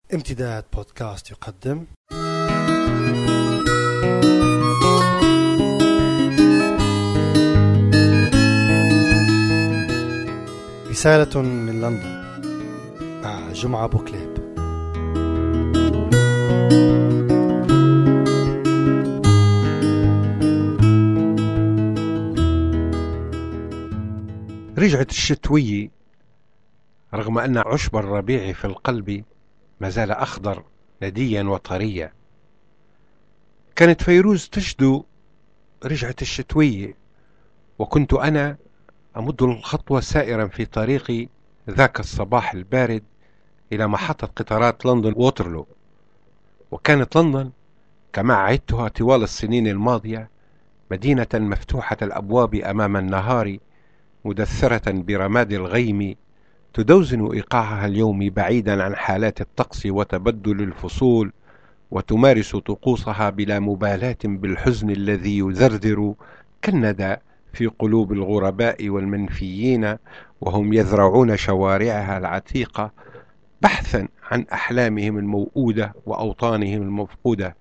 امتداد بودكاست يقدم رسالة من لندن مع جمعة بوكليب. رجعت الشتوية رغم أن عشب الربيع في القلب ما زال أخضر نديا وطريا. كانت فيروز تشدو رجعت الشتوية، وكنت أنا أمد الخطوة سائرا في طريقي ذاك الصباح البارد إلى محطة قطارات لندن ووترلو. وكانت لندن كما عدتها طوال السنين الماضية مدينة مفتوحة الأبواب أمام النهار، مدثرة برماد الغيم تدوزن إيقاعها اليومي بعيدا عن حالات الطقس وتبدل الفصول، وتمارس طقوسها بلا مبالاة بالحزن الذي يذرذر كالندى في قلوب الغرباء والمنفيين، وهم يذرعون شوارعها العتيقة بحثا عن أحلامهم الموؤودة وأوطانهم المفقودة.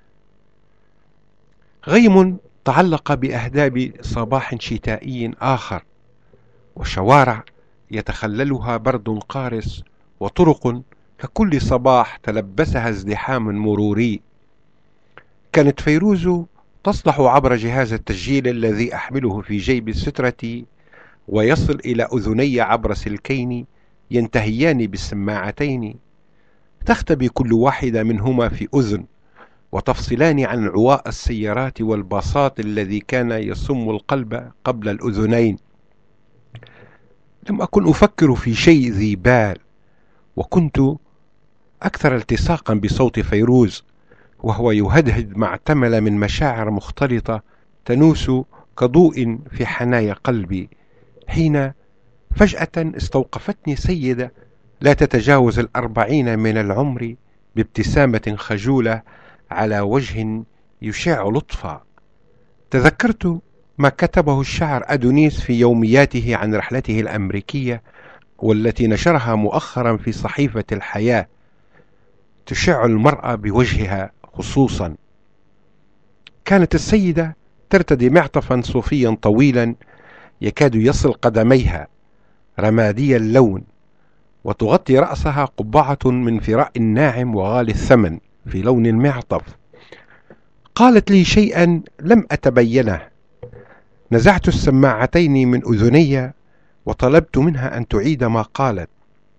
غيم تعلق بأهداب صباح شتائي آخر، وشوارع يتخللها برد قارس، وطرق ككل صباح تلبسها ازدحام مروري. كانت فيروز تصلح عبر جهاز التسجيل الذي أحمله في جيب السترة، ويصل إلى أذني عبر سلكين ينتهيان بالسماعتين، تختبي كل واحدة منهما في أذن، وتفصلان عن عواء السيارات والباصات الذي كان يصم القلب قبل الأذنين. لم أكن أفكر في شيء ذي بال، وكنت أكثر التصاقا بصوت فيروز وهو يهدهد ما اعتمل من مشاعر مختلطة تنوس كضوء في حنايا قلبي، حين فجأة استوقفتني سيدة لا تتجاوز 40 من العمر بابتسامة خجولة على وجه يشع لطفا. تذكرت ما كتبه الشاعر أدونيس في يومياته عن رحلته الأمريكية، والتي نشرها مؤخرا في صحيفة الحياة، تشع المرأة بوجهها خصوصا. كانت السيدة ترتدي معطفا صوفيا طويلا يكاد يصل قدميها رمادي اللون، وتغطي رأسها قبعة من فراء ناعم وغالي الثمن في لون المعطف. قالت لي شيئا لم أتبينه. نزعت السماعتين من أذني وطلبت منها أن تعيد ما قالت.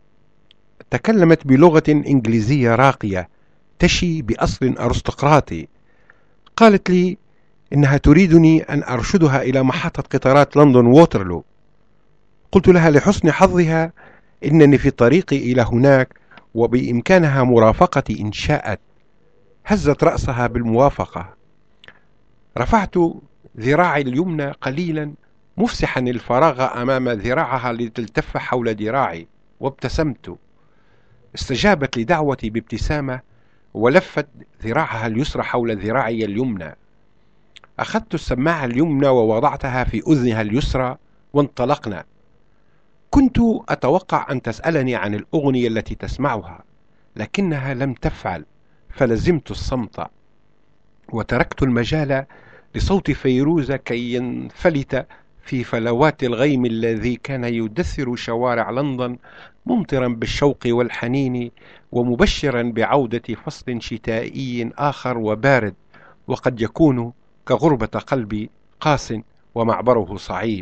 تكلمت بلغة إنجليزية راقية تشي بأصل أرستقراطي. قالت لي إنها تريدني أن أرشدها إلى محطة قطارات لندن ووترلو. قلت لها لحسن حظها إنني في طريقي إلى هناك وبإمكانها مرافقتي إن شاءت. هزت رأسها بالموافقة. رفعت ذراعي اليمنى قليلا مفسحا الفراغ أمام ذراعها لتلتف حول ذراعي، وابتسمت. استجابت لدعوتي بابتسامة ولفت ذراعها اليسرى حول ذراعي اليمنى. أخذت السماعة اليمنى ووضعتها في أذنها اليسرى وانطلقنا. كنت أتوقع أن تسألني عن الأغنية التي تسمعها، لكنها لم تفعل، فلزمت الصمت وتركت المجال لصوت فيروز كي ينفلت في فلوات الغيم الذي كان يدثر شوارع لندن، ممطرا بالشوق والحنين ومبشرا بعودة فصل شتائي آخر وبارد، وقد يكون كغربة قلبي قاس ومعبره صعيب.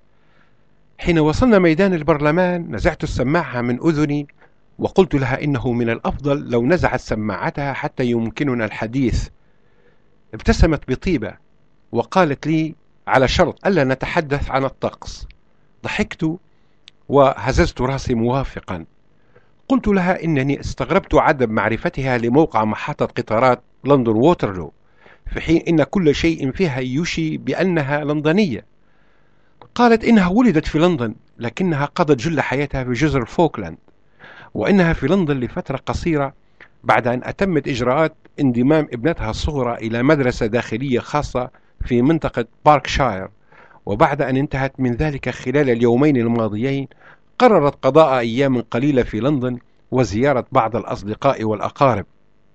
حين وصلنا ميدان البرلمان نزعت السماعة من أذني وقلت لها إنه من الأفضل لو نزعت سماعتها حتى يمكننا الحديث. ابتسمت بطيبة وقالت لي على شرط ألا نتحدث عن الطقس. ضحكت وهززت رأسي موافقا. قلت لها إنني استغربت عدم معرفتها لموقع محطة قطارات لندن ووترلو، في حين إن كل شيء فيها يشي بأنها لندنية. قالت إنها ولدت في لندن، لكنها قضت جل حياتها في جزر فوكلاند، وإنها في لندن لفترة قصيرة بعد أن أتمت إجراءات انضمام ابنتها الصغرى إلى مدرسة داخلية خاصة في منطقة باركشاير، وبعد أن انتهت من ذلك خلال اليومين الماضيين قررت قضاء أيام قليلة في لندن وزيارة بعض الأصدقاء والأقارب.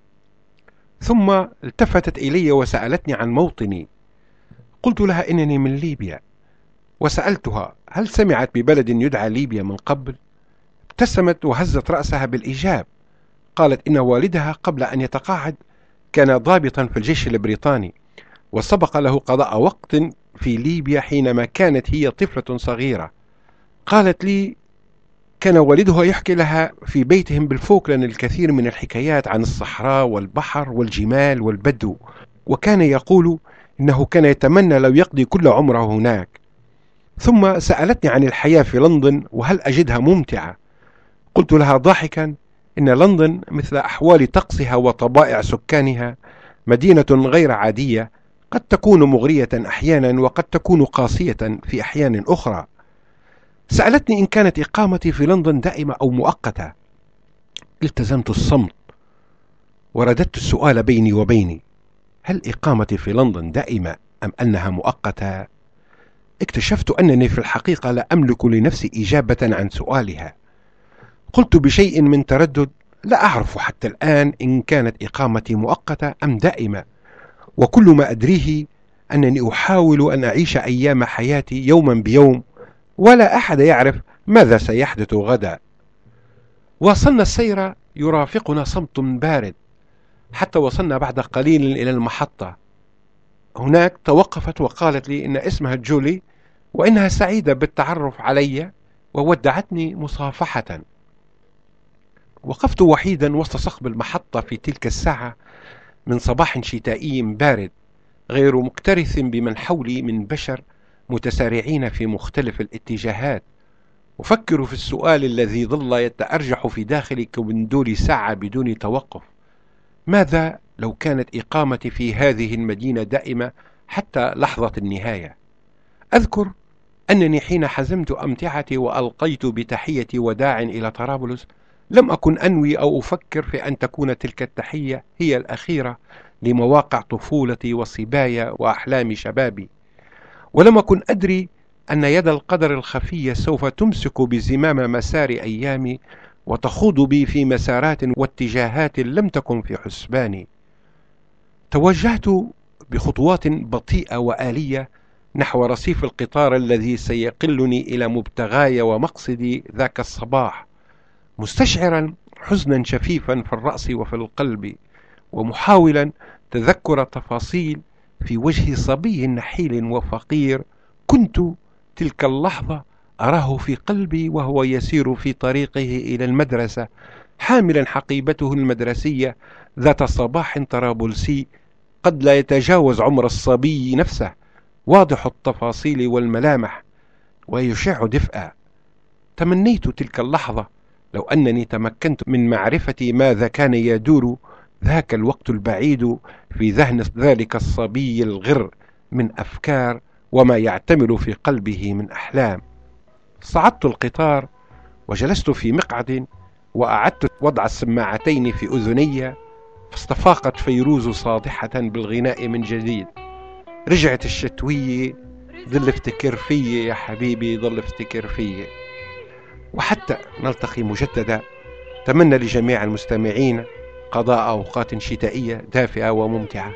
ثم التفتت إلي وسألتني عن موطني. قلت لها إنني من ليبيا، وسألتها هل سمعت ببلد يدعى ليبيا من قبل؟ ابتسمت وهزت رأسها بالإيجاب. قالت إن والدها قبل أن يتقاعد كان ضابطا في الجيش البريطاني، وسبق له قضاء وقت في ليبيا حينما كانت هي طفلة صغيرة. قالت لي كان والدها يحكي لها في بيتهم بالفوكلاند الكثير من الحكايات عن الصحراء والبحر والجمال والبدو، وكان يقول إنه كان يتمنى لو يقضي كل عمره هناك. ثم سألتني عن الحياة في لندن وهل أجدها ممتعة. قلت لها ضاحكا إن لندن مثل أحوال طقسها وطبائع سكانها مدينة غير عادية، قد تكون مغرية أحيانا وقد تكون قاسية في أحيان أخرى. سألتني إن كانت إقامتي في لندن دائمة أو مؤقتة. التزمت الصمت ورددت السؤال بيني وبيني: هل إقامتي في لندن دائمة أم أنها مؤقتة؟ اكتشفت أنني في الحقيقة لا أملك لنفسي إجابة عن سؤالها. قلت بشيء من تردد: لا أعرف حتى الآن إن كانت إقامتي مؤقتة أم دائمة، وكل ما أدريه أنني أحاول أن أعيش أيام حياتي يوما بيوم، ولا أحد يعرف ماذا سيحدث غدا. واصلنا السير يرافقنا صمت بارد حتى وصلنا بعد قليل إلى المحطة. هناك توقفت وقالت لي إن اسمها جولي وإنها سعيدة بالتعرف علي، وودعتني مصافحة. وقفت وحيدا وسط صخب المحطة في تلك الساعة من صباح شتائي بارد، غير مكترث بمن حولي من بشر متسارعين في مختلف الاتجاهات. أفكر في السؤال الذي ظل يتأرجح في داخلي كبندول ساعة بدون توقف: ماذا لو كانت إقامتي في هذه المدينة دائمة حتى لحظة النهاية؟ أذكر أنني حين حزمت أمتعتي وألقيت بتحية وداع إلى طرابلس لم أكن أنوي أو أفكر في أن تكون تلك التحية هي الأخيرة لمواقع طفولتي وصبايا وأحلام شبابي، ولم أكن أدري أن يد القدر الخفية سوف تمسك بزمام مسار أيامي وتخوض بي في مسارات واتجاهات لم تكن في حسباني. توجهت بخطوات بطيئة وآلية نحو رصيف القطار الذي سيقلني إلى مبتغاي ومقصدي ذاك الصباح، مستشعرا حزنا شفيفا في الرأس وفي القلب، ومحاولا تذكر تفاصيل في وجه صبي نحيل وفقير كنت تلك اللحظة أراه في قلبي وهو يسير في طريقه إلى المدرسة حاملا حقيبته المدرسية ذات صباح طرابلسي قد لا يتجاوز عمر الصبي نفسه، واضح التفاصيل والملامح ويشع دفئا. تمنيت تلك اللحظة لو أنني تمكنت من معرفة ماذا كان يدور ذاك الوقت البعيد في ذهن ذلك الصبي الغر من أفكار وما يعتمل في قلبه من أحلام. صعدت القطار وجلست في مقعد وأعدت وضع السماعتين في أذني، فاستفاقت فيروز صادحة بالغناء من جديد: رجعت الشتوية، ظل افتكر فيي يا حبيبي، ظل افتكر فيي. وحتى نلتقي مجددا، أتمنى لجميع المستمعين قضاء أوقات شتائية دافئة وممتعة.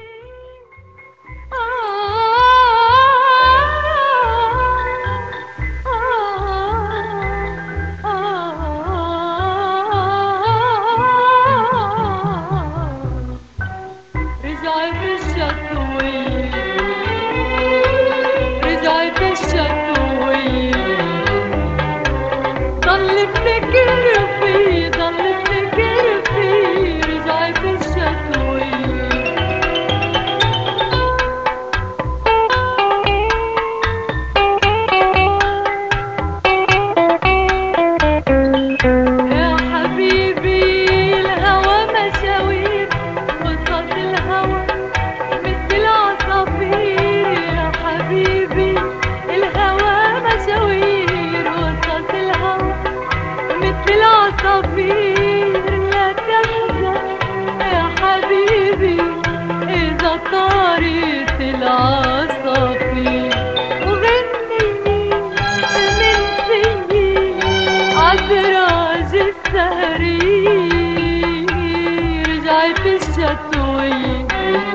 الشتوية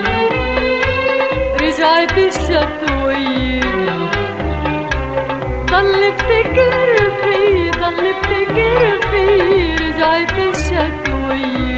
رجعت الشتوية ضل افتكر فيه ضل افتكر فيه رجعت الشتوية